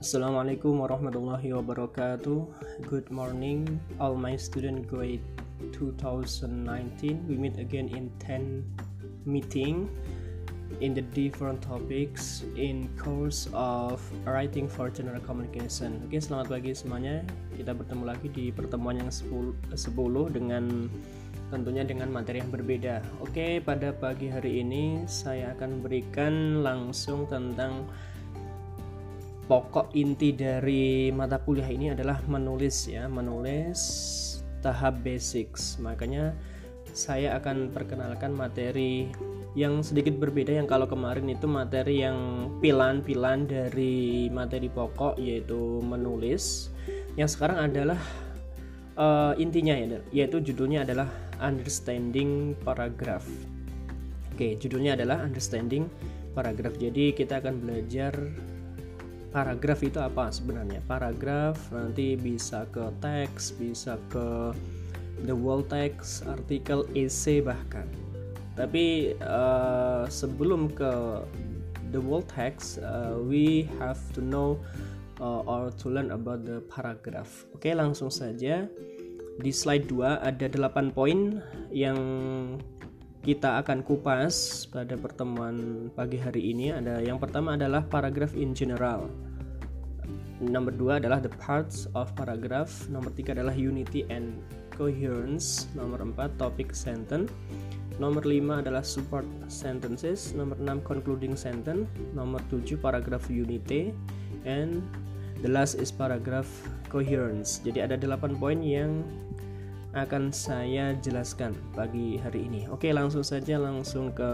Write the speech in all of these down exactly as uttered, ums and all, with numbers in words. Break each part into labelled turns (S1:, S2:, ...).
S1: Assalamualaikum warahmatullahi wabarakatuh. Good morning, all my student grade twenty nineteen. We meet again in ten meeting in the different topics in course of writing for general communication. Oke, selamat pagi semuanya. Kita bertemu lagi di pertemuan yang sepuluh dengan tentunya dengan materi yang berbeda. Oke, pada pagi hari ini saya akan berikan langsung tentang pokok inti dari mata kuliah ini adalah menulis ya, menulis tahap basics. Makanya saya akan perkenalkan materi yang sedikit berbeda, yang kalau kemarin itu materi yang pilan-pilan dari materi pokok yaitu menulis. Yang sekarang adalah uh, intinya ya, yaitu judulnya adalah understanding paragraph. Oke, judulnya adalah understanding paragraph. Jadi kita akan belajar paragraf itu apa sebenarnya. Paragraf nanti bisa ke teks, bisa ke the whole text, artikel, essay bahkan. Tapi uh, sebelum ke the whole text, uh, we have to know uh, or to learn about the paragraph. Oke, langsung saja. Di slide dua ada delapan poin yang kita akan kupas pada pertemuan pagi hari ini. Ada yang pertama adalah paragraph in general. Nomor dua adalah the parts of paragraph. Nomor tiga adalah unity and coherence. Nomor empat topic sentence. Nomor lima adalah support sentences. Nomor enam concluding sentence. Nomor tujuh paragraph unity. And the last is paragraph coherence. Jadi ada delapan poin yang akan saya jelaskan pagi hari ini. Oke, langsung saja langsung ke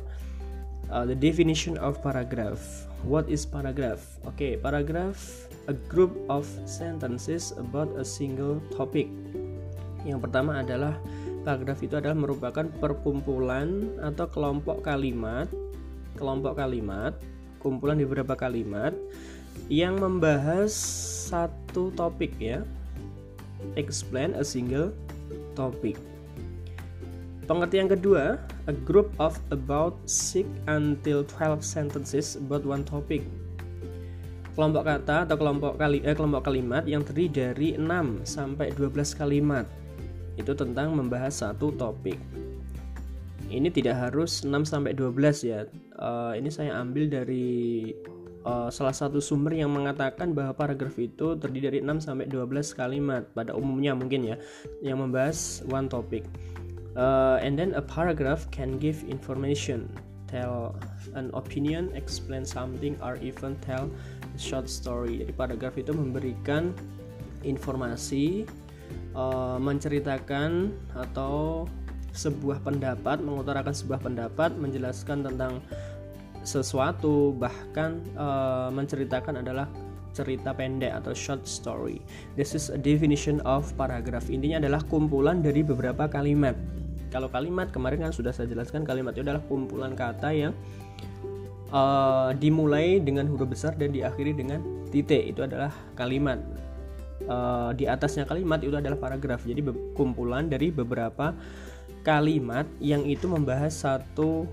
S1: uh, the definition of paragraph. What is paragraph? Oke, paragraph a group of sentences about a single topic. Yang pertama adalah paragraph itu adalah merupakan perkumpulan atau kelompok kalimat, kelompok kalimat, kumpulan di beberapa kalimat yang membahas satu topik ya. Explain a single topic. Pengertian kedua, a group of about six until twelve sentences about one topic. Kelompok kata atau kelompok kali eh, kelompok kalimat yang terdiri dari enam sampai dua belas kalimat. Itu tentang membahas satu topik. Ini tidak harus enam sampai dua belas ya. Uh, ini saya ambil dari uh, salah satu sumber yang mengatakan bahwa paragraf itu terdiri dari enam sampai dua belas kalimat pada umumnya mungkin ya, yang membahas one topic. Uh, and then a paragraph can give information, tell an opinion, explain something, or even tell a short story. Jadi paragraf itu memberikan informasi, uh, menceritakan atau sebuah pendapat, mengutarakan sebuah pendapat, menjelaskan tentang sesuatu, bahkan uh, menceritakan adalah cerita pendek atau short story. This is a definition of paragraph. Intinya adalah kumpulan dari beberapa kalimat. Kalau kalimat kemarin kan sudah saya jelaskan, kalimat itu adalah kumpulan kata yang uh, dimulai dengan huruf besar dan diakhiri dengan titik. Itu adalah kalimat. Uh, di atasnya kalimat itu adalah paragraf. Jadi be- kumpulan dari beberapa kalimat yang itu membahas satu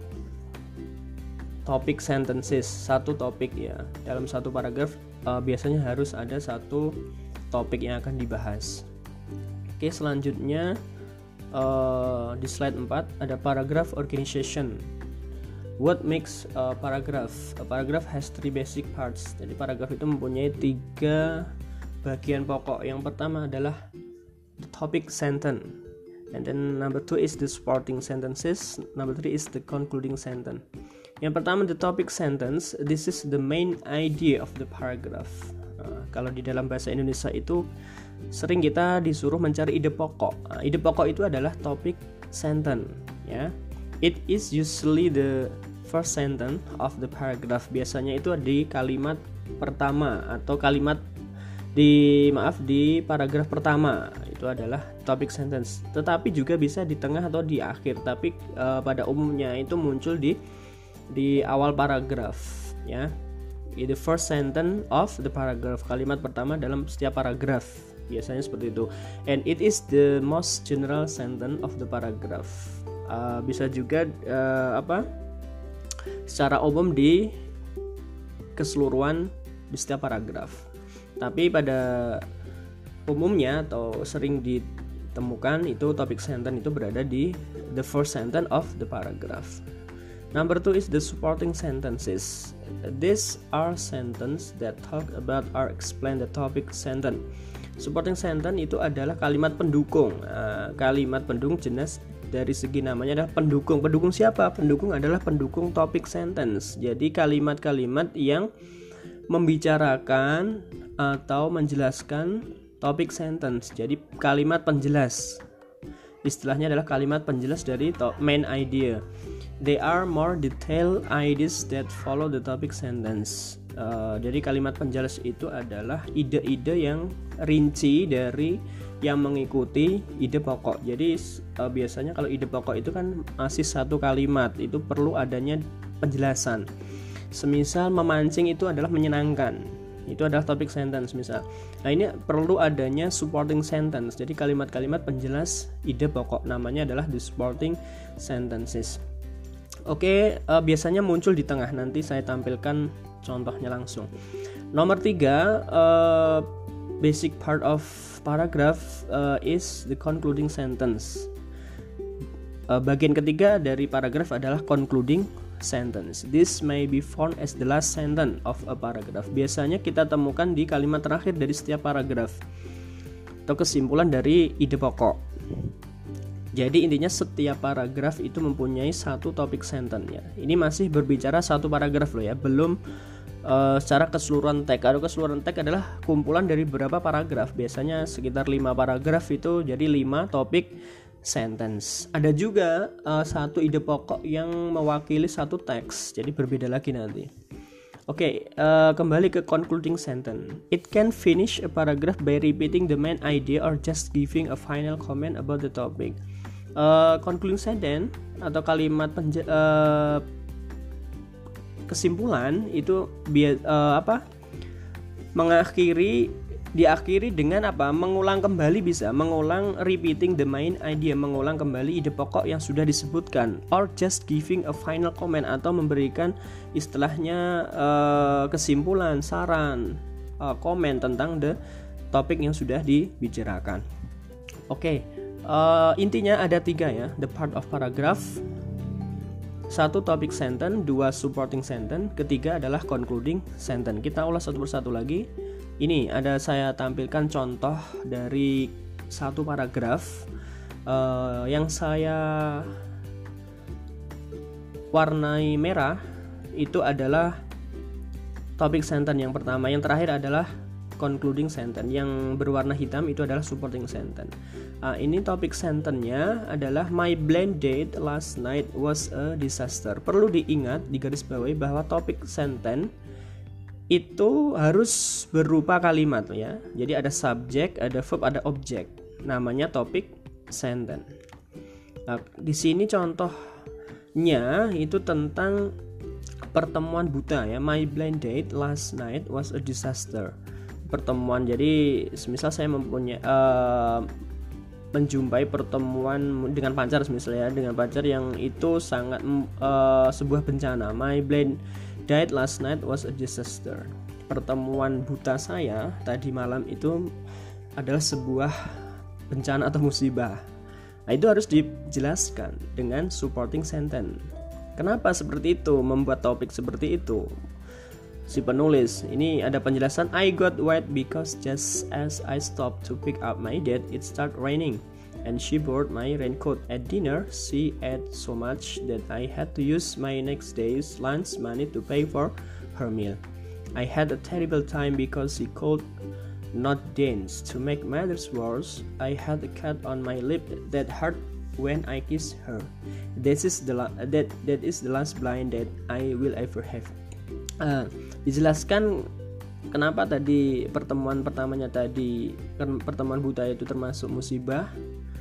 S1: topik sentences, satu topik ya. Dalam satu paragraf uh, biasanya harus ada satu topik yang akan dibahas. Oke, selanjutnya uh, di slide empat ada paragraph organization. What makes a paragraph? A paragraph has three basic parts. Jadi paragraf itu mempunyai tiga bagian pokok. Yang pertama adalah the topic sentence. And then number two is the supporting sentences. Number three is the concluding sentence. Yang pertama the topic sentence. This is the main idea of the paragraph. Uh, kalau di dalam bahasa Indonesia itu sering kita disuruh mencari ide pokok. Uh, ide pokok itu adalah topic sentence. Ya, it is usually the first sentence of the paragraph. Biasanya itu di kalimat pertama atau kalimat di maaf di paragraf pertama itu adalah topic sentence. Tetapi juga bisa di tengah atau di akhir. Tapi uh, pada umumnya itu muncul di di awal paragraf ya. The first sentence of the paragraph, kalimat pertama dalam setiap paragraf. Biasanya seperti itu. And it is the most general sentence of the paragraph. Uh, bisa juga uh, apa? Secara umum di keseluruhan di setiap paragraf. Tapi pada umumnya atau sering ditemukan itu topic sentence itu berada di the first sentence of the paragraph. Number two is the supporting sentences. These are sentences that talk about or explain the topic sentence. Supporting sentence itu adalah kalimat pendukung. Nah, kalimat pendukung jelas dari segi namanya adalah pendukung. Pendukung siapa? Pendukung adalah pendukung topic sentence. Jadi kalimat-kalimat yang membicarakan atau menjelaskan topic sentence. Jadi kalimat penjelas. Istilahnya adalah kalimat penjelas dari main idea. They are more detailed ideas that follow the topic sentence. Uh, jadi kalimat penjelas itu adalah ide-ide yang rinci dari yang mengikuti ide pokok. Jadi uh, biasanya kalau ide pokok itu kan masih satu kalimat, itu perlu adanya penjelasan. Semisal memancing itu adalah menyenangkan, itu adalah topic sentence misal. Nah ini perlu adanya supporting sentence. Jadi kalimat-kalimat penjelas ide pokok, namanya adalah the supporting sentences. Oke, uh, biasanya muncul di tengah. Nanti saya tampilkan contohnya langsung. Nomor tiga, uh, basic part of paragraph uh, is the concluding sentence. Uh, bagian ketiga dari paragraf adalah concluding sentence. This may be found as the last sentence of a paragraph. Biasanya kita temukan di kalimat terakhir dari setiap paragraf atau kesimpulan dari ide pokok. Jadi intinya setiap paragraf itu mempunyai satu topik sentence ya. Ini masih berbicara satu paragraf loh ya, belum uh, secara keseluruhan teks. Kalau keseluruhan teks adalah kumpulan dari beberapa paragraf. Biasanya sekitar lima paragraf itu jadi lima topik sentence. Ada juga uh, satu ide pokok yang mewakili satu teks. Jadi berbeda lagi nanti. Oke, okay, uh, kembali ke concluding sentence. It can finish a paragraph by repeating the main idea or just giving a final comment about the topic. Uh, concluding sentence atau kalimat penja- uh, kesimpulan itu bi- uh, apa? mengakhiri diakhiri dengan apa? Mengulang kembali, bisa mengulang repeating the main idea, mengulang kembali ide pokok yang sudah disebutkan, or just giving a final comment atau memberikan istilahnya uh, kesimpulan, saran, uh, komen tentang the topik yang sudah dibicarakan. Oke, okay. uh, intinya ada tiga ya, the part of paragraph, satu topic sentence, dua supporting sentence, ketiga adalah concluding sentence. Kita ulas satu persatu lagi. Ini ada saya tampilkan contoh dari satu paragraf uh, yang saya warnai merah. Itu adalah topic sentence yang pertama. Yang terakhir adalah concluding sentence. Yang berwarna hitam itu adalah supporting sentence. uh, Ini topic sentence-nya adalah my blind date last night was a disaster. Perlu diingat, digarisbawahi bahwa topic sentence itu harus berupa kalimat ya. Jadi ada subjek, ada verb, ada objek. Namanya topic sentence. Nah, di sini contohnya itu tentang pertemuan buta ya. My blind date last night was a disaster. Pertemuan, jadi semisal saya mempunyai uh, menjumpai pertemuan dengan pacar misalnya, dengan pacar yang itu sangat uh, sebuah bencana. My blind date last night was a disaster. Pertemuan buta saya tadi malam itu adalah sebuah bencana atau musibah. Nah, itu harus dijelaskan dengan supporting sentence. Kenapa seperti itu, membuat topik seperti itu? Si penulis ini ada penjelasan, I got wet because just as I stopped to pick up my date, it started raining. And she borrowed my raincoat. At dinner, she ate so much that I had to use my next day's lunch money to pay for her meal. I had a terrible time because she could not dance. To make matters worse, I had a cut on my lip that hurt when I kissed her. This is the la- that that is the last blind date I will ever have. Uh, dijelaskan kenapa tadi pertemuan pertamanya tadi pertemuan buta itu termasuk musibah.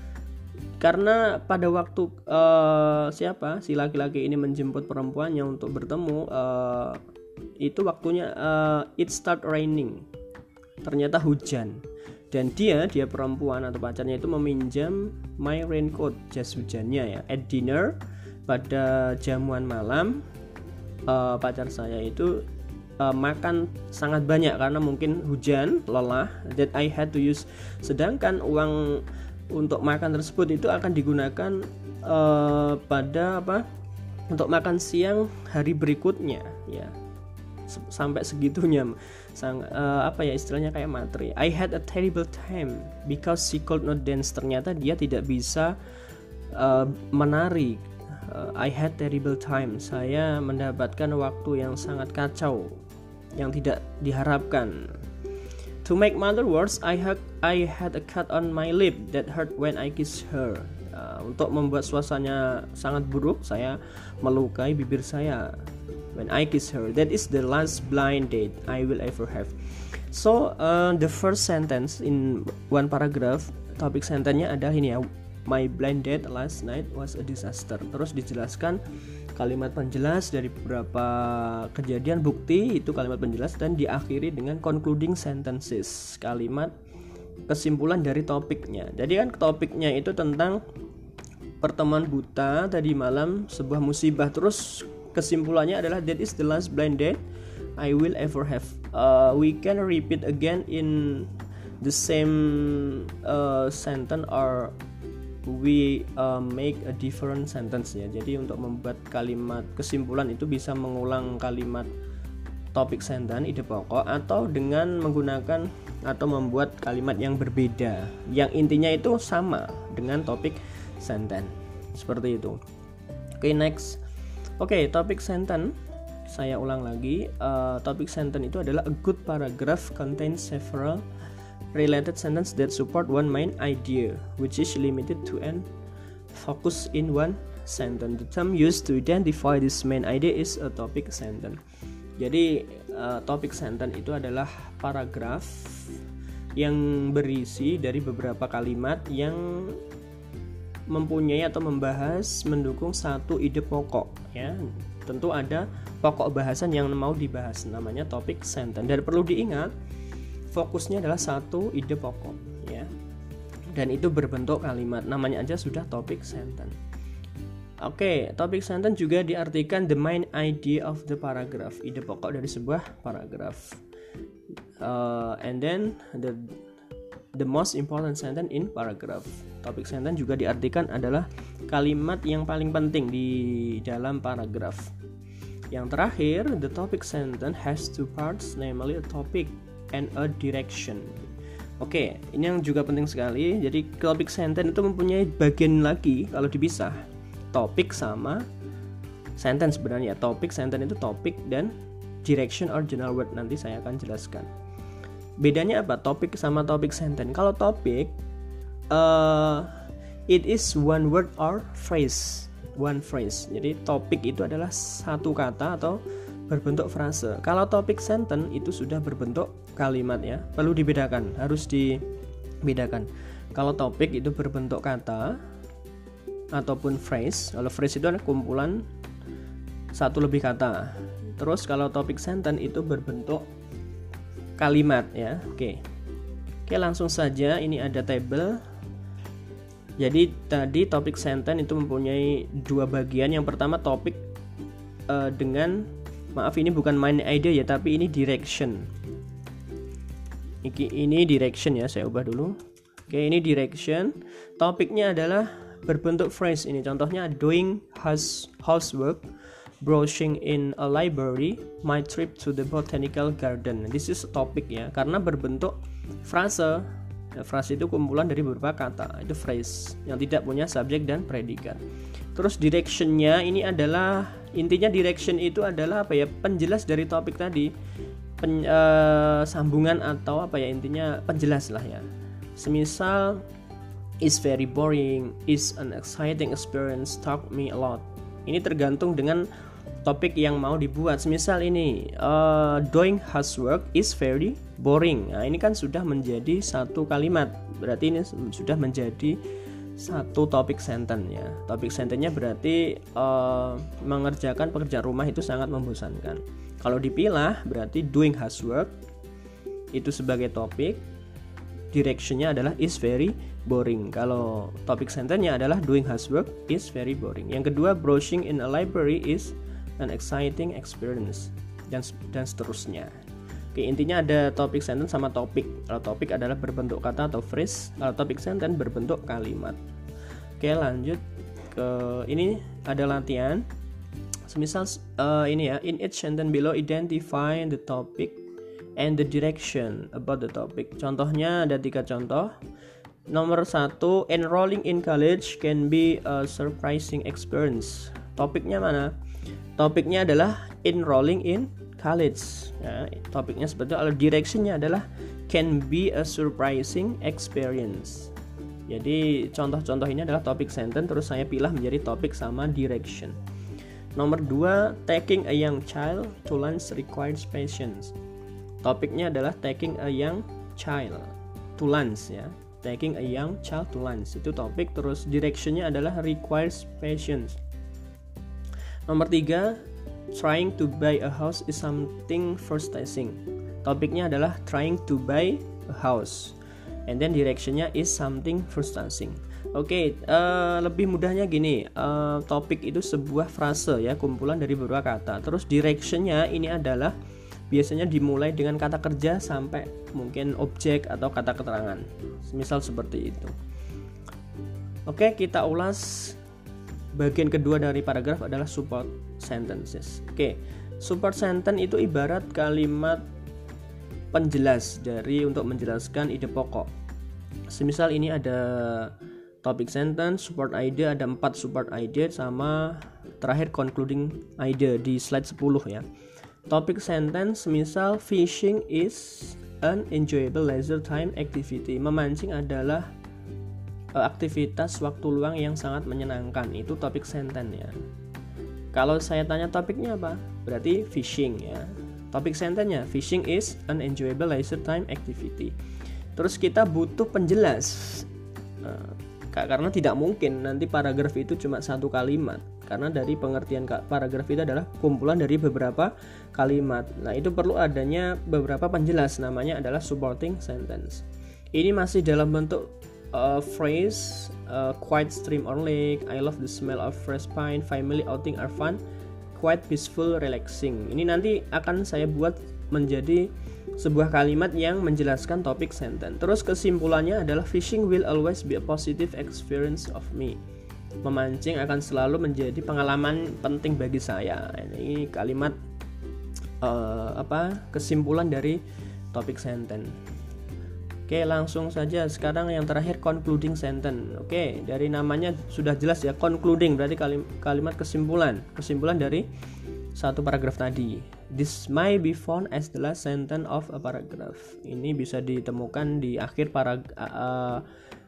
S1: Karena pada waktu uh, siapa si laki-laki ini menjemput perempuannya untuk bertemu, uh, itu waktunya uh, it start raining, ternyata hujan, dan dia dia perempuan atau pacarnya itu meminjam my raincoat, jas hujannya ya. At dinner, pada jamuan malam, uh, pacar saya itu uh, makan sangat banyak karena mungkin hujan, lelah, that I had to use. Sedangkan uang untuk makan tersebut itu akan digunakan uh, pada apa? Untuk makan siang hari berikutnya, ya. Sampai segitunya, sang uh, apa ya istilahnya kayak materi. I had a terrible time because she could not dance. Ternyata dia tidak bisa uh, menari. uh, I had terrible time. Saya mendapatkan waktu yang sangat kacau, yang tidak diharapkan. To make matters worse, I had I had a cut on my lip that hurt when I kissed her. Uh, untuk membuat suasananya sangat buruk, saya melukai bibir saya when I kiss her. That is the last blind date I will ever have. So uh, the first sentence in one paragraph, topik sentence-nya adalah ini ya, my blind date last night was a disaster. Terus dijelaskan kalimat penjelas dari beberapa kejadian, bukti itu kalimat penjelas, dan diakhiri dengan concluding sentences, kalimat kesimpulan dari topiknya. Jadi kan topiknya itu tentang pertemuan buta tadi malam, sebuah musibah. Terus kesimpulannya adalah that is the last blind date I will ever have. Uh, we can repeat again in the same uh, sentence or we uh, make a different sentence ya. Jadi untuk membuat kalimat kesimpulan itu bisa mengulang kalimat topik sentence ide pokok atau dengan menggunakan atau membuat kalimat yang berbeda yang intinya itu sama dengan topik sentence. Seperti itu. Oke, okay, next. Oke, okay, topik sentence saya ulang lagi. Uh, topik sentence itu adalah a good paragraph contains several related sentences that support one main idea, which is limited to and focus in one sentence. The term used to identify this main idea is a topic sentence. Jadi uh, topik sentence itu adalah paragraf yang berisi dari beberapa kalimat yang mempunyai atau membahas mendukung satu ide pokok ya. Tentu ada pokok bahasan yang mau dibahas, namanya topik sentence. Dan perlu diingat fokusnya adalah satu ide pokok ya. Dan itu berbentuk kalimat, namanya aja sudah topik sentence. Oke, okay, topik sentence juga diartikan the main idea of the paragraph, ide pokok dari sebuah paragraf. Uh, and then the the most important sentence in paragraph. Topik sentence juga diartikan adalah kalimat yang paling penting di dalam paragraf. Yang terakhir, the topic sentence has two parts, namely a topic and a direction. Oke, okay, ini yang juga penting sekali. Jadi topik sentence itu mempunyai bagian lagi kalau dipisah. Topik sama sentence sebenarnya. Topik sentence itu topik dan direction or general word, nanti saya akan jelaskan. Bedanya apa topik sama topik sentence? Kalau topik uh, it is one word or phrase, one phrase. Jadi topik itu adalah satu kata atau berbentuk frase. Kalau topik sentence itu sudah berbentuk kalimat ya. Perlu dibedakan, harus dibedakan. Kalau topik itu berbentuk kata ataupun phrase. Kalau phrase itu adalah kumpulan satu lebih kata. Terus kalau topik sentence itu berbentuk kalimat ya. Oke. Oke, langsung saja ini ada tabel. Jadi tadi topik sentence itu mempunyai dua bagian. Yang pertama topik uh, dengan maaf ini bukan main idea ya, tapi ini direction. Ini, ini direction ya, saya ubah dulu. Oke, ini direction. Topiknya adalah berbentuk phrase. Ini contohnya doing house housework, browsing in a library, my trip to the botanical garden. This is a topic ya, karena berbentuk frase. Ya, frase itu kumpulan dari beberapa kata, itu phrase yang tidak punya subjek dan predikat. Terus directionnya ini adalah intinya direction itu adalah apa ya, penjelas dari topik tadi, Pen, uh, sambungan atau apa ya, intinya penjelas lah ya. Semisal is very boring, is an exciting experience, taught me a lot. Ini tergantung dengan topik yang mau dibuat. Semisal ini uh, doing housework is very boring. Nah, ini kan sudah menjadi satu kalimat. Berarti ini sudah menjadi satu topik sentence ya. Topik sentence-nya berarti uh, mengerjakan pekerjaan rumah itu sangat membosankan. Kalau dipilah berarti doing housework itu sebagai topik, direction-nya adalah is very boring. Kalau topik sentence-nya adalah doing housework is very boring. Yang kedua, browsing in a library is an exciting experience. dan dan seterusnya. Oke, intinya ada topic sentence sama topik. Kalau topik adalah berbentuk kata atau phrase, kalau topic sentence berbentuk kalimat. Oke, lanjut ke ini ada latihan. Semisal uh, ini ya, in each sentence below identify the topic and the direction about the topic. Contohnya ada tiga contoh. Nomor satu, enrolling in college can be a surprising experience. Topiknya mana? Topiknya adalah enrolling in college. Ya, topiknya seperti itu. Directionnya adalah can be a surprising experience. Jadi contoh-contoh ini adalah topik sentence, terus saya pilih menjadi topik sama direction. Nomor dua, taking a young child to lunch requires patience. Topiknya adalah taking a young child to lunch ya. Taking a young child to lunch itu topik, terus directionnya adalah requires patience. Nomor tiga, trying to buy a house is something frustrating. Topiknya adalah trying to buy a house. And then directionnya is something frustrating. Oke, okay, uh, lebih mudahnya gini, uh, topik itu sebuah frase ya, kumpulan dari beberapa kata. Terus directionnya ini adalah biasanya dimulai dengan kata kerja sampai mungkin objek atau kata keterangan. Misal seperti itu. Oke, okay, kita ulas bagian kedua dari paragraf adalah support sentences. Oke, okay, support sentence itu ibarat kalimat penjelas dari untuk menjelaskan ide pokok. Semisal ini ada topic sentence, support idea, ada empat support idea sama terakhir concluding idea di slide sepuluh ya. Topic sentence misal fishing is an enjoyable leisure time activity. Memancing adalah uh, aktivitas waktu luang yang sangat menyenangkan. Itu topic sentence ya. Kalau saya tanya topiknya apa? Berarti fishing ya. Topik sentence-nya fishing is an enjoyable leisure time activity. Terus kita butuh penjelas. Uh, karena tidak mungkin nanti paragraf itu cuma satu kalimat. Karena dari pengertian paragraf itu adalah kumpulan dari beberapa kalimat. Nah, itu perlu adanya beberapa penjelas, namanya adalah supporting sentence. Ini masih dalam bentuk uh, phrase, uh, quiet stream or lake, I love the smell of fresh pine, family outing are fun, quite peaceful, relaxing. Ini nanti akan saya buat menjadi sebuah kalimat yang menjelaskan topik sentence. Terus kesimpulannya adalah fishing will always be a positive experience of me. Memancing akan selalu menjadi pengalaman penting bagi saya. Ini kalimat uh, apa? Kesimpulan dari topik sentence. Oke, langsung saja sekarang yang terakhir concluding sentence. Oke, dari namanya sudah jelas ya, concluding berarti kalim- kalimat kesimpulan. Kesimpulan dari satu paragraf tadi. This may be found as the last sentence of a paragraph. Ini bisa ditemukan di akhir paragraf uh,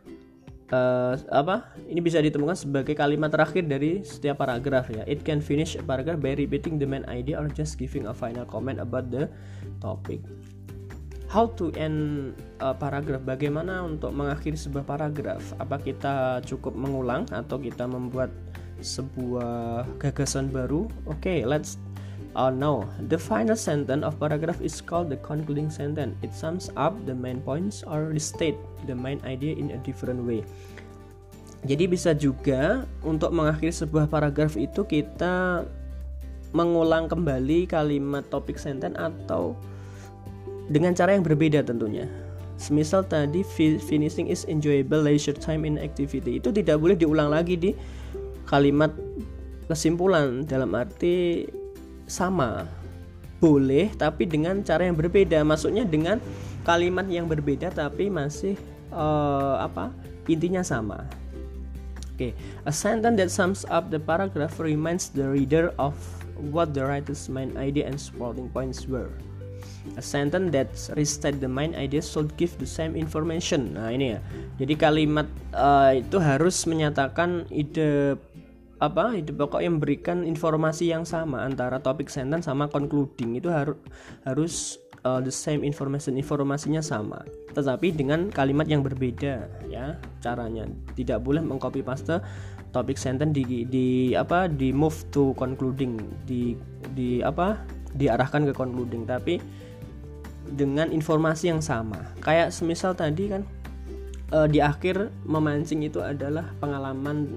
S1: uh, apa? Ini bisa ditemukan sebagai kalimat terakhir dari setiap paragraf ya. It can finish a paragraph by repeating the main idea or just giving a final comment about the topic. How to end a paragraph? Bagaimana untuk mengakhiri sebuah paragraf? Apa kita cukup mengulang atau kita membuat sebuah gagasan baru? Oke, okay, let's uh, know. The final sentence of paragraph is called the concluding sentence. It sums up the main points or restate the main idea in a different way. Jadi bisa juga untuk mengakhiri sebuah paragraf itu kita mengulang kembali kalimat topik sentence atau dengan cara yang berbeda tentunya. Semisal tadi finishing is enjoyable leisure time in activity, itu tidak boleh diulang lagi di kalimat kesimpulan, dalam arti sama. Boleh tapi dengan cara yang berbeda. Maksudnya dengan kalimat yang berbeda tapi masih uh, apa? Intinya sama. Oke, okay. A sentence that sums up the paragraph reminds the reader of what the writer's main idea and supporting points were. A sentence that restate the main idea should give the same information. Nah ini ya. Jadi kalimat uh, itu harus menyatakan ide apa? Ide pokok yang memberikan informasi yang sama antara topik sentence sama concluding. Itu harus harus uh, the same information. Informasinya sama, tetapi dengan kalimat yang berbeda ya. Caranya tidak boleh mengcopy paste topik sentence di di apa? di move to concluding, di di apa? diarahkan ke concluding, tapi dengan informasi yang sama. Kayak semisal tadi kan e, di akhir memancing itu adalah pengalaman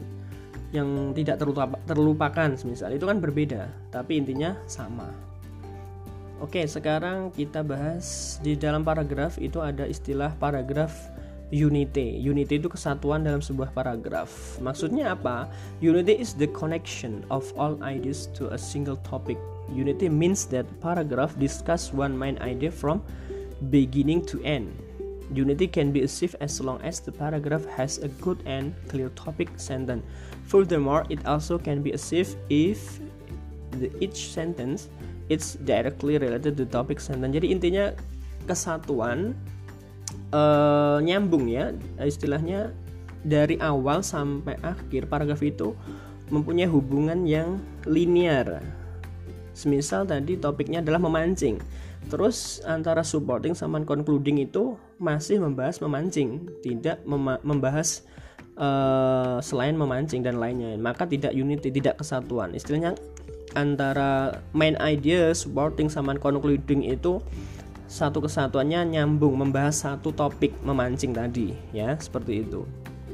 S1: yang tidak terlupa, terlupakan semisal. Itu kan berbeda, tapi intinya sama. Oke, sekarang kita bahas di dalam paragraf itu ada istilah paragraf unity. Unity itu kesatuan dalam sebuah paragraf. Maksudnya apa? Unity is the connection of all ideas to a single topic. Unity means that paragraph discuss one main idea from beginning to end. Unity can be achieved as long as the paragraph has a good and clear topic sentence. Furthermore, it also can be achieved if the, each sentence it's directly related to topic sentence. Jadi intinya kesatuan uh, nyambung ya, istilahnya dari awal sampai akhir paragraf itu mempunyai hubungan yang linear. Semisal tadi topiknya adalah memancing, terus antara supporting sama concluding itu masih membahas memancing, tidak mema- membahas uh, selain memancing dan lainnya, maka tidak unity, tidak kesatuan. Istilahnya antara main idea, supporting sama concluding itu satu kesatuannya nyambung, membahas satu topik memancing tadi ya, seperti itu.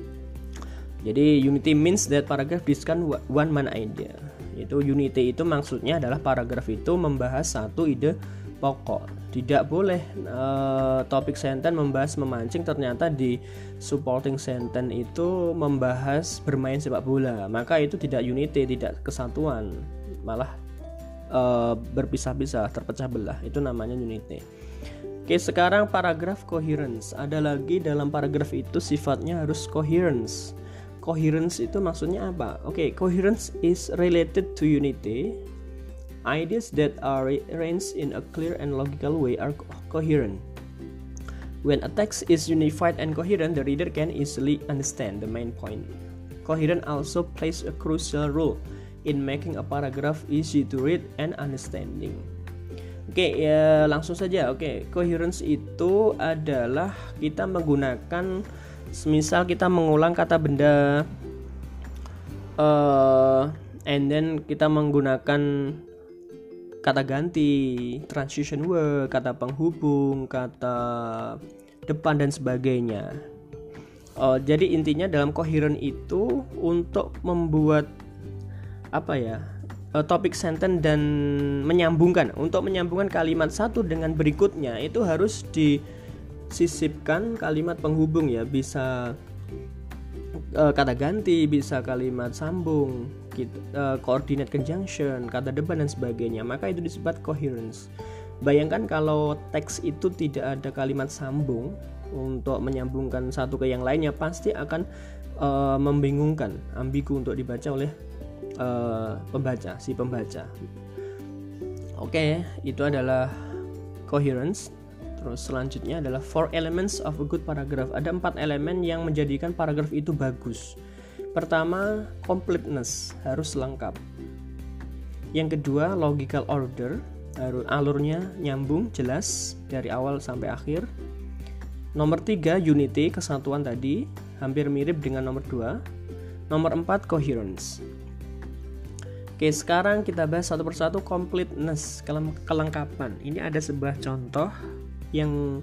S1: Jadi unity means that paragraph discuss one main idea. Itu unity itu maksudnya adalah paragraf itu membahas satu ide pokok. Tidak boleh uh, topik sentence membahas memancing, ternyata di supporting sentence itu membahas bermain sepak bola, maka itu tidak unity, tidak kesatuan, malah uh, berpisah-pisah, terpecah belah. Itu namanya unity. Oke, sekarang paragraf coherence. Ada lagi dalam paragraf itu sifatnya harus coherence. Coherence itu maksudnya apa? Oke, coherence is related to unity. Ideas that are arranged in a clear and logical way are co- coherent. When a text is unified and coherent, the reader can easily understand the main point. Coherence also plays a crucial role in making a paragraph easy to read and understanding. Oke, ya langsung saja. Oke, coherence itu adalah kita menggunakan, semisal kita mengulang kata benda, uh, and then kita menggunakan kata ganti, transition word, kata penghubung, kata depan dan sebagainya. Uh, jadi intinya dalam coherent itu untuk membuat apa ya, uh, topik sentence dan menyambungkan, untuk menyambungkan kalimat satu dengan berikutnya itu harus disisipkan kalimat penghubung ya, bisa uh, kata ganti, bisa kalimat sambung, gitu, uh, coordinate conjunction, kata depan dan sebagainya, maka itu disebut coherence. Bayangkan kalau teks itu tidak ada kalimat sambung untuk menyambungkan satu ke yang lainnya, pasti akan uh, membingungkan, ambigu untuk dibaca oleh uh, pembaca, si pembaca. Oke, itu adalah coherence. Terus selanjutnya adalah four elements of a good paragraph. Ada empat elemen yang menjadikan paragraf itu bagus. Pertama, completeness, harus lengkap. Yang kedua, logical order, harus alurnya nyambung, jelas dari awal sampai akhir. Nomor tiga, unity, kesatuan tadi, hampir mirip dengan nomor dua. Nomor empat, coherence. Oke, sekarang kita bahas satu persatu completeness, kelengkapan. Ini ada sebuah contoh yang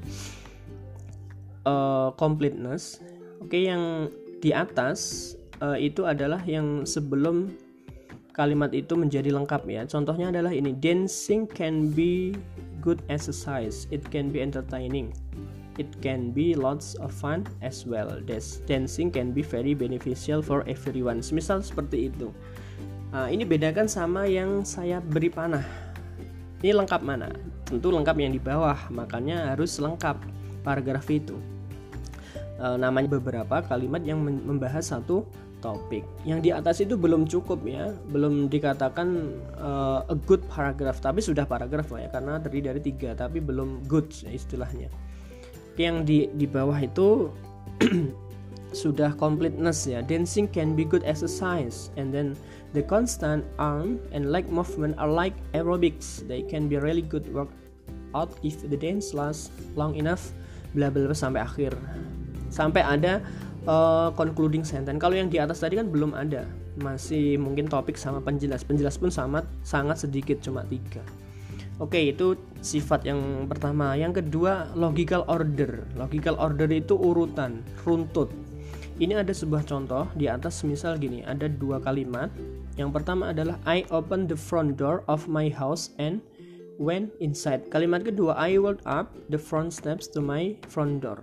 S1: uh, completeness. Oke, yang di atas Uh, itu adalah yang sebelum kalimat itu menjadi lengkap ya. Contohnya adalah ini: dancing can be good exercise, it can be entertaining, it can be lots of fun as well. Dancing can be very beneficial for everyone. Misal seperti itu. Uh, ini bedakan sama yang saya beri panah. Ini lengkap mana? Tentu lengkap yang di bawah, makanya harus lengkap paragraf itu. Uh, namanya beberapa kalimat yang membahas satu topik. Yang di atas itu belum cukup ya, belum dikatakan uh, a good paragraph, tapi sudah paragraf lah ya, karena terdiri dari tiga, tapi belum good istilahnya. Yang di di bawah itu sudah completeness ya. Dancing can be good exercise, and then the constant arm and leg movement are like aerobics. They can be really good workout if the dance lasts long enough. Bla bla bla sampai akhir. Sampai ada uh, concluding sentence. Kalau yang di atas tadi kan belum ada, masih mungkin topik sama penjelas. Penjelas pun sama, sangat sedikit, cuma tiga. Oke, itu sifat yang pertama. Yang kedua, logical order. Logical order itu urutan, runtut. Ini ada sebuah contoh di atas, misal gini, ada dua kalimat. Yang pertama adalah I open the front door of my house and when inside. Kalimat kedua, I walked up the front steps to my front door.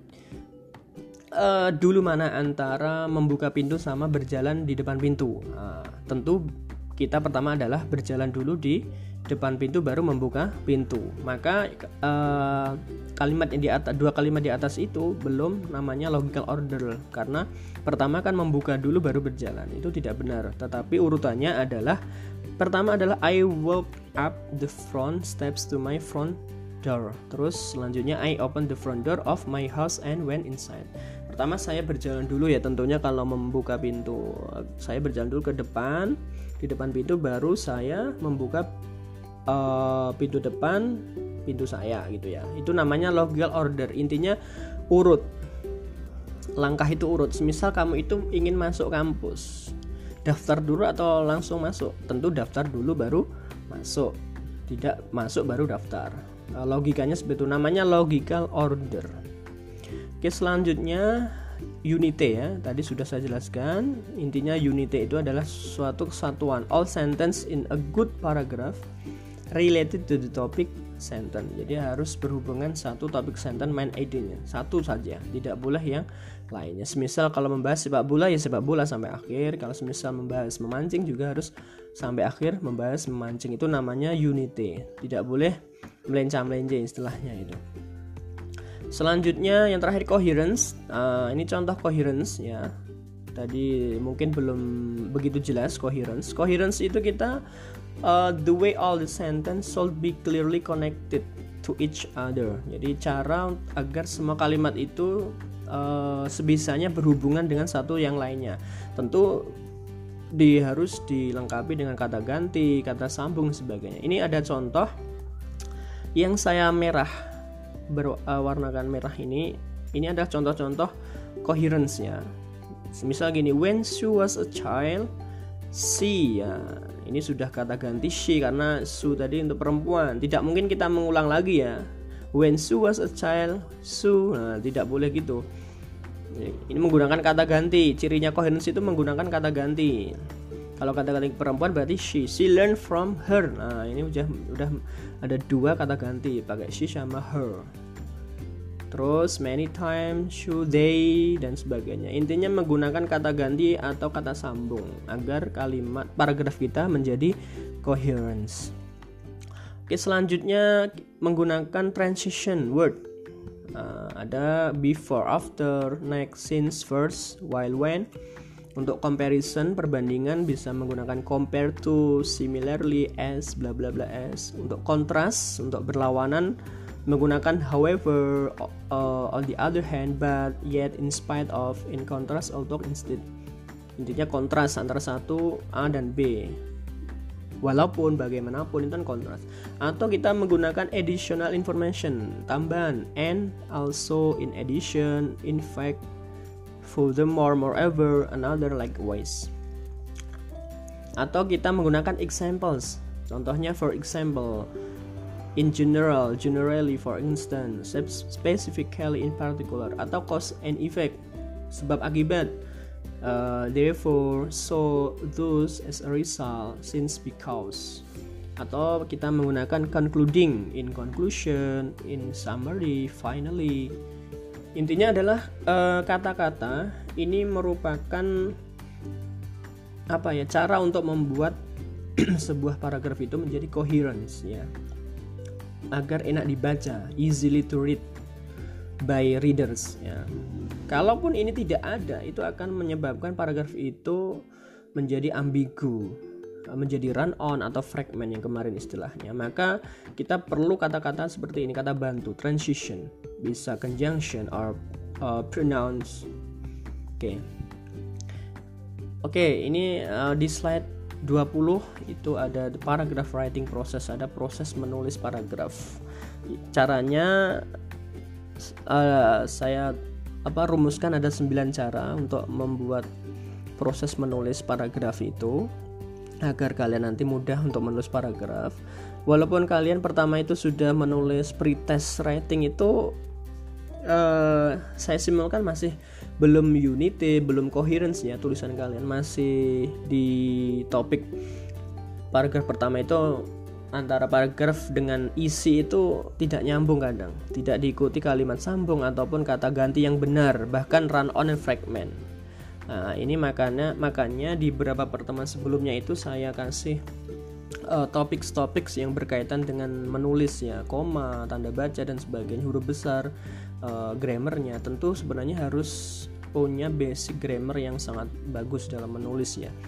S1: Uh, dulu mana antara membuka pintu sama berjalan di depan pintu? Uh, tentu kita pertama adalah berjalan dulu di depan pintu baru membuka pintu. Maka uh, kalimat yang di atas, dua kalimat di atas itu belum namanya logical order, karena pertama kan membuka dulu baru berjalan. Itu tidak benar. Tetapi urutannya adalah pertama adalah I walked up the front steps to my front door. Terus selanjutnya I opened the front door of my house and went inside. Pertama saya berjalan dulu ya, tentunya kalau membuka pintu saya berjalan dulu ke depan, di depan pintu baru saya membuka uh, pintu depan pintu saya gitu ya. Itu namanya logical order. Intinya urut, langkah itu urut. Misal kamu itu ingin masuk kampus, daftar dulu atau langsung masuk? Tentu daftar dulu baru masuk, tidak masuk baru daftar. Logikanya seperti itu, namanya logical order. Oke, selanjutnya unity ya. Tadi sudah saya jelaskan. Intinya unity itu adalah suatu kesatuan. All sentence in a good paragraph related to the topic sentence. Jadi harus berhubungan satu topik sentence main idenya. Satu saja, tidak boleh yang lainnya. Semisal kalau membahas sepak bola ya sepak bola sampai akhir. Kalau semisal membahas memancing juga harus sampai akhir membahas memancing. Itu namanya unity. Tidak boleh melencah-melencah istilahnya itu. Selanjutnya yang terakhir coherence. Uh, ini contoh coherence ya. Tadi mungkin belum begitu jelas coherence. Coherence itu kita uh, the way all the sentence should be clearly connected to each other. Jadi cara agar semua kalimat itu uh, sebisanya berhubungan dengan satu yang lainnya. Tentu di harus dilengkapi dengan kata ganti, kata sambung dan sebagainya. Ini ada contoh yang saya merah berwarnakan merah ini. Ini adalah contoh-contoh coherence ya. Misal gini, when Sue was a child, she ya. Ini sudah kata ganti she karena Sue tadi untuk perempuan. Tidak mungkin kita mengulang lagi ya. When Sue was a child, Sue. Nah, tidak boleh gitu. Ini menggunakan kata ganti. Cirinya coherence itu menggunakan kata ganti. Kalau kata ganti perempuan berarti she. She learned from her. Nah, ini udah udah ada dua kata ganti pakai she sama her. Terus many times, should they dan sebagainya. Intinya menggunakan kata ganti atau kata sambung agar kalimat paragraf kita menjadi coherence. Oke, selanjutnya menggunakan transition word. Nah, ada before, after, next, since, first, while, when. Untuk comparison, perbandingan bisa menggunakan compare to, similarly as, bla bla bla as. Untuk kontras, untuk berlawanan menggunakan however, uh, on the other hand, but, yet, in spite of, in contrast, although, instead. Intinya kontras antara satu A dan B. Walaupun, bagaimanapun, itu kan kontras. Atau kita menggunakan additional information, tambahan, and, also, in addition, in fact, furthermore, moreover, another, likewise. Atau kita menggunakan examples. Contohnya for example, in general, generally, for instance, specifically, in particular. Atau cause and effect, sebab akibat. Uh, therefore, so, thus, as a result, since, because. Atau kita menggunakan concluding, in conclusion, in summary, finally. Intinya adalah uh, kata-kata ini merupakan apa ya, cara untuk membuat sebuah paragraf itu menjadi coherence ya, agar enak dibaca, easily to read by readers ya. Kalaupun ini tidak ada, itu akan menyebabkan paragraf itu menjadi ambigu, menjadi run on atau fragment yang kemarin istilahnya. Maka kita perlu kata-kata seperti ini, kata bantu, transition, bisa conjunction or uh, pronounce. Oke. Okay. Oke, okay, ini uh, di slide dua puluh itu ada the paragraph writing process, ada proses menulis paragraf. Caranya uh, saya apa rumuskan ada sembilan cara untuk membuat proses menulis paragraf itu, agar kalian nanti mudah untuk menulis paragraf. Walaupun kalian pertama itu sudah menulis pretest writing itu, uh, saya simpulkan masih belum unity, belum coherence ya tulisan kalian, masih di topik paragraf pertama itu antara paragraf dengan isi itu tidak nyambung kadang, tidak diikuti kalimat sambung ataupun kata ganti yang benar, bahkan run on and fragment. Nah, ini makanya makanya di beberapa pertemuan sebelumnya itu saya kasih uh, topik-topik yang berkaitan dengan menulis ya, koma, tanda baca dan sebagainya, huruf besar, uh, grammarnya. Tentu sebenarnya harus punya basic grammar yang sangat bagus dalam menulis ya.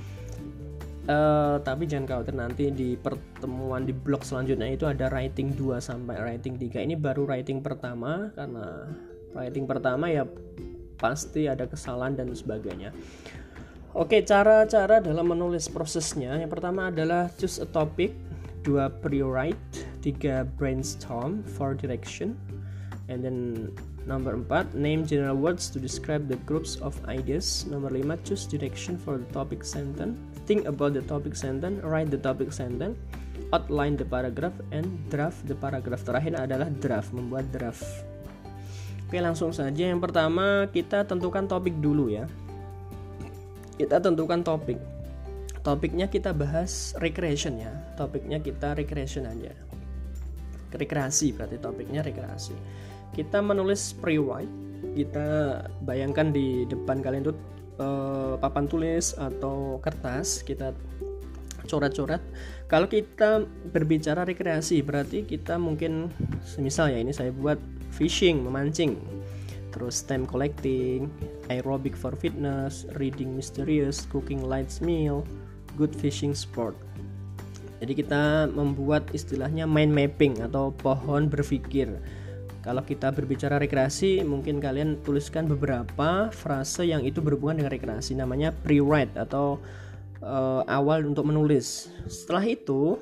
S1: Uh, tapi jangan khawatir, nanti di pertemuan di blog selanjutnya itu ada writing dua sampai writing tiga. Ini baru writing pertama, karena writing pertama ya pasti ada kesalahan dan sebagainya. Oke, cara-cara dalam menulis prosesnya. Yang pertama adalah choose a topic, dua pre-write, tiga brainstorm, four direction, and then number empat, name general words to describe the groups of ideas. Number lima, choose direction for the topic sentence. Think about the topic sentence, write the topic sentence, outline the paragraph, and draft the paragraph. Terakhir adalah draft, membuat draft. Oke, langsung saja. Yang pertama kita tentukan topik dulu ya. Kita tentukan topik. Topiknya kita bahas recreation ya. Topiknya kita recreation aja. Rekreasi, berarti topiknya rekreasi. Kita menulis pre-write. Kita bayangkan di depan kalian tuh Uh, papan tulis atau kertas, kita coret-coret. Kalau kita berbicara rekreasi, berarti kita mungkin semisal ya, ini saya buat fishing, memancing, terus time collecting, aerobic for fitness, reading mysterious, cooking light meal, good fishing sport. Jadi kita membuat istilahnya mind mapping atau pohon berpikir. Kalau kita berbicara rekreasi, mungkin kalian tuliskan beberapa frase yang itu berhubungan dengan rekreasi, namanya pre-write atau uh, awal untuk menulis. Setelah itu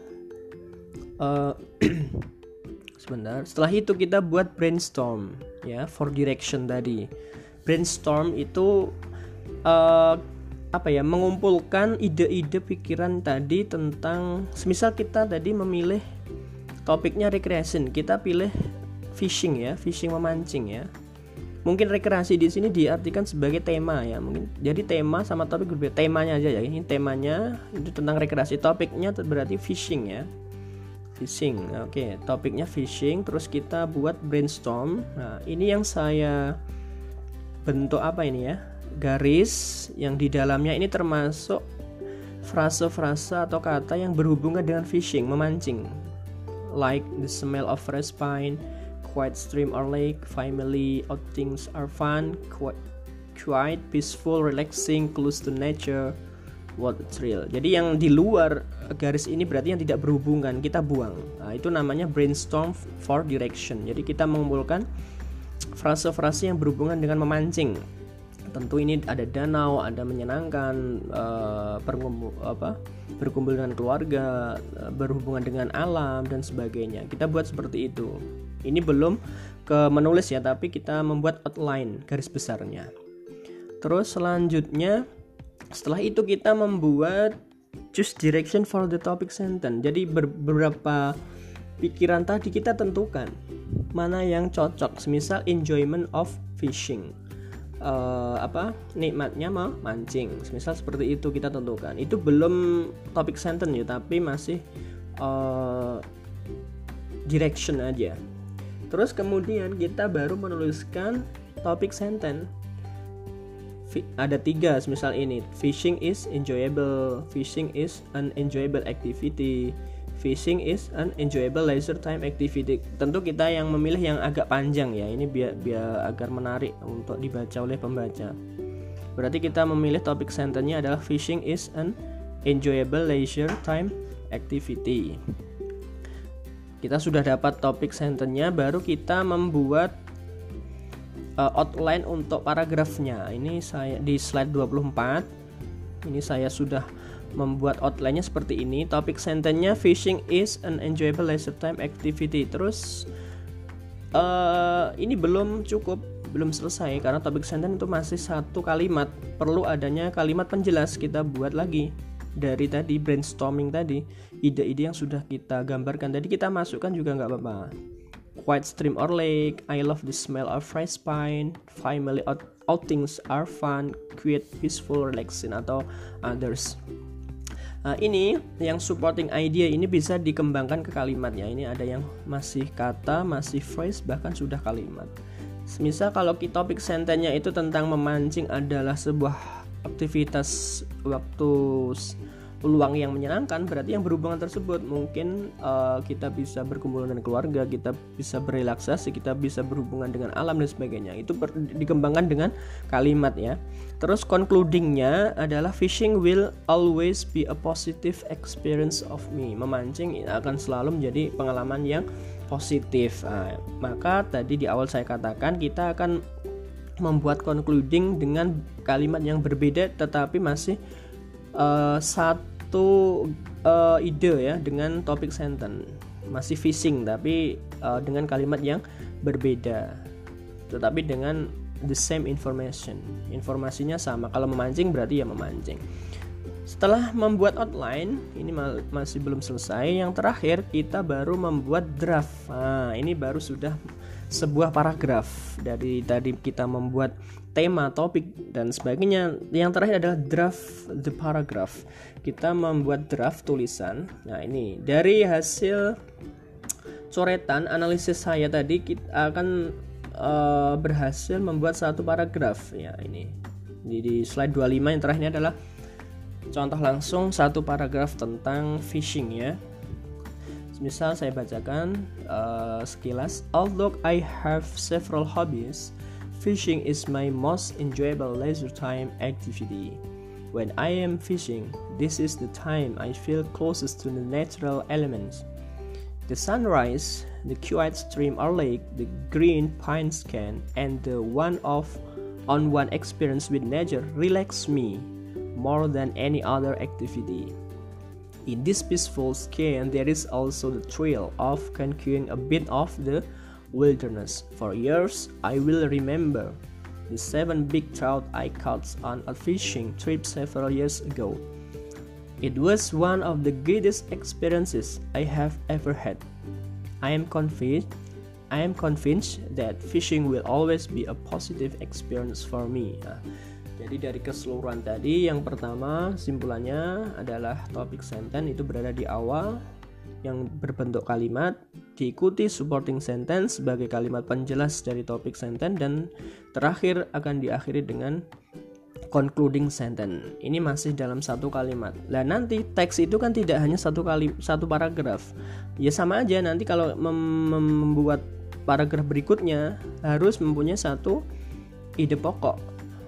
S1: uh, sebentar, setelah itu kita buat brainstorm ya, for direction tadi. Brainstorm itu uh, apa ya, mengumpulkan ide-ide pikiran tadi tentang, semisal kita tadi memilih topiknya recreation, kita pilih fishing ya, fishing memancing ya. Mungkin rekreasi di sini diartikan sebagai tema ya, mungkin. Jadi tema sama topik berbeda. Temanya aja ya. Ini temanya itu tentang rekreasi, topiknya berarti fishing ya. Fishing. Oke, topiknya fishing, terus kita buat brainstorm. Nah, ini yang saya bentuk apa ini ya? Garis yang di dalamnya ini termasuk frase-frase atau kata yang berhubungan dengan fishing, memancing. Like the smell of fresh pine, quiet stream or lake, family outings are fun, quiet, quiet, peaceful, relaxing, close to nature, what a thrill. Jadi yang di luar garis ini berarti yang tidak berhubungan, kita buang. Nah, itu namanya brainstorm for direction. Jadi kita mengumpulkan frase-frase yang berhubungan dengan memancing. Tentu ini ada danau, ada menyenangkan, uh, perkumpul, apa, berkumpul dengan keluarga, uh, berhubungan dengan alam dan sebagainya. Kita buat seperti itu. Ini belum ke menulis ya, tapi kita membuat outline, garis besarnya. Terus selanjutnya, setelah itu kita membuat choose direction for the topic sentence. Jadi beberapa pikiran tadi kita tentukan mana yang cocok. Semisal enjoyment of fishing, uh, apa nikmatnya mau mancing. Semisal seperti itu kita tentukan. Itu belum topic sentence ya, tapi masih uh, direction aja. Terus kemudian kita baru menuliskan topik sentence. Ada tiga, misal ini, fishing is enjoyable, fishing is an enjoyable activity, fishing is an enjoyable leisure time activity. Tentu kita yang memilih yang agak panjang ya, ini biar biar agar menarik untuk dibaca oleh pembaca. Berarti kita memilih topik sentence-nya adalah fishing is an enjoyable leisure time activity. Kita sudah dapat topik sentence-nya, baru kita membuat uh, outline untuk paragrafnya. Ini saya di slide dua puluh empat. Ini saya sudah membuat outline-nya seperti ini. Topik sentence-nya fishing is an enjoyable leisure time activity. Terus uh, ini belum cukup, belum selesai karena topik sentence itu masih satu kalimat. Perlu adanya kalimat penjelas. Kita buat lagi dari tadi brainstorming tadi, ide-ide yang sudah kita gambarkan tadi kita masukkan juga nggak apa-apa. Quiet stream or lake, I love the smell of fresh pine, family out- outings are fun, quiet, peaceful, relaxing, atau others. Nah, ini yang supporting idea ini bisa dikembangkan ke kalimat ya. Ini ada yang masih kata, masih phrase, bahkan sudah kalimat. Misal kalau topik sentennya itu tentang memancing adalah sebuah aktivitas waktu luang yang menyenangkan, berarti yang berhubungan tersebut mungkin uh, kita bisa berkumpul dengan keluarga, kita bisa berelaksasi, kita bisa berhubungan dengan alam dan sebagainya. Itu ber- dikembangkan dengan kalimat ya. Terus concludingnya adalah fishing will always be a positive experience of me. Memancing akan selalu menjadi pengalaman yang positif. Nah, maka tadi di awal saya katakan kita akan membuat concluding dengan kalimat yang berbeda tetapi masih uh, satu uh, ide ya dengan topik sentence. Masih fishing tapi uh, dengan kalimat yang berbeda tetapi dengan the same information. Informasinya sama. Kalau memancing berarti ya memancing. Setelah membuat outline, ini ma- masih belum selesai. Yang terakhir kita baru membuat draft. Nah, ini baru sudah sebuah paragraf. Dari tadi kita membuat tema, topik dan sebagainya. Yang terakhir adalah draft the paragraph. Kita membuat draft tulisan. Nah, ini dari hasil coretan analisis saya tadi kita akan uh, berhasil membuat satu paragraf ya. Ini di, di slide dua puluh lima yang terakhir ini adalah contoh langsung satu paragraf tentang fishing ya. Misal saya bacakan uh, sekilas. Although I have several hobbies, fishing is my most enjoyable leisure time activity. When I am fishing, this is the time I feel closest to the natural elements. The sunrise, the quiet stream or lake, the green pine scan, and the one-off on-one experience with nature relax me more than any other activity. In this peaceful scan, there is also the thrill of conquering a bit of the wilderness. For years, I will remember the seven big trout I caught on a fishing trip several years ago. It was one of the greatest experiences I have ever had. I am convinced, I am convinced that fishing will always be a positive experience for me. Nah, jadi dari keseluruhan tadi, yang pertama simpulannya adalah topik sentence itu berada di awal yang berbentuk kalimat, diikuti supporting sentence sebagai kalimat penjelas dari topik sentence, dan terakhir akan diakhiri dengan concluding sentence. Ini masih dalam satu kalimat. Lah nanti teks itu kan tidak hanya satu kali satu paragraf. Ya sama aja nanti kalau mem- membuat paragraf berikutnya harus mempunyai satu ide pokok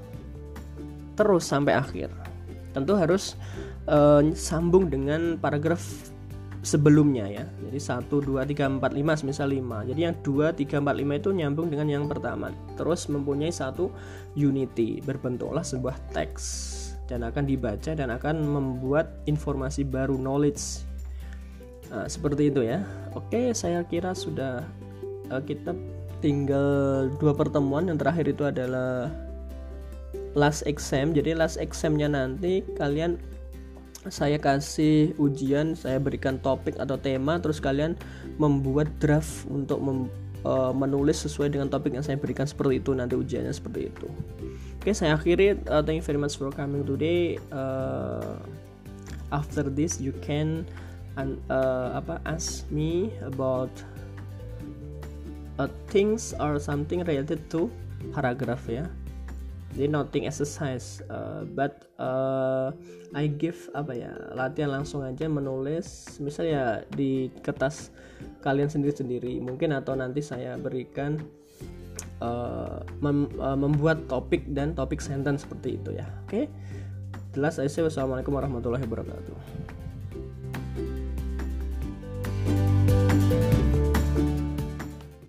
S1: terus sampai akhir. Tentu harus uh, sambung dengan paragraf sebelumnya ya. Jadi satu, dua, tiga, empat, lima misal lima. Jadi yang dua, tiga, empat, lima itu nyambung dengan yang pertama. Terus mempunyai satu unity, berbentuklah sebuah teks dan akan dibaca dan akan membuat informasi baru, knowledge. Nah, seperti itu ya. Oke, saya kira sudah uh, kita tinggal dua pertemuan. Yang terakhir itu adalah last exam. Jadi last examnya nanti kalian, saya kasih ujian, saya berikan topik atau tema, terus kalian membuat draft untuk mem, uh, menulis sesuai dengan topik yang saya berikan. Seperti itu nanti ujiannya, seperti itu. Oke, saya akhiri. uh, thank you very much for coming today. uh, after this you can uh, apa ask me about uh, things or something related to paragraph ya. Jadi noting exercise, uh, but uh, I give apa ya latihan langsung aja menulis, misalnya di kertas kalian sendiri-sendiri mungkin, atau nanti saya berikan uh, mem, uh, membuat topik dan topik sentence seperti itu ya. Oke, okay? Jelas. Assalamualaikum warahmatullahi wabarakatuh.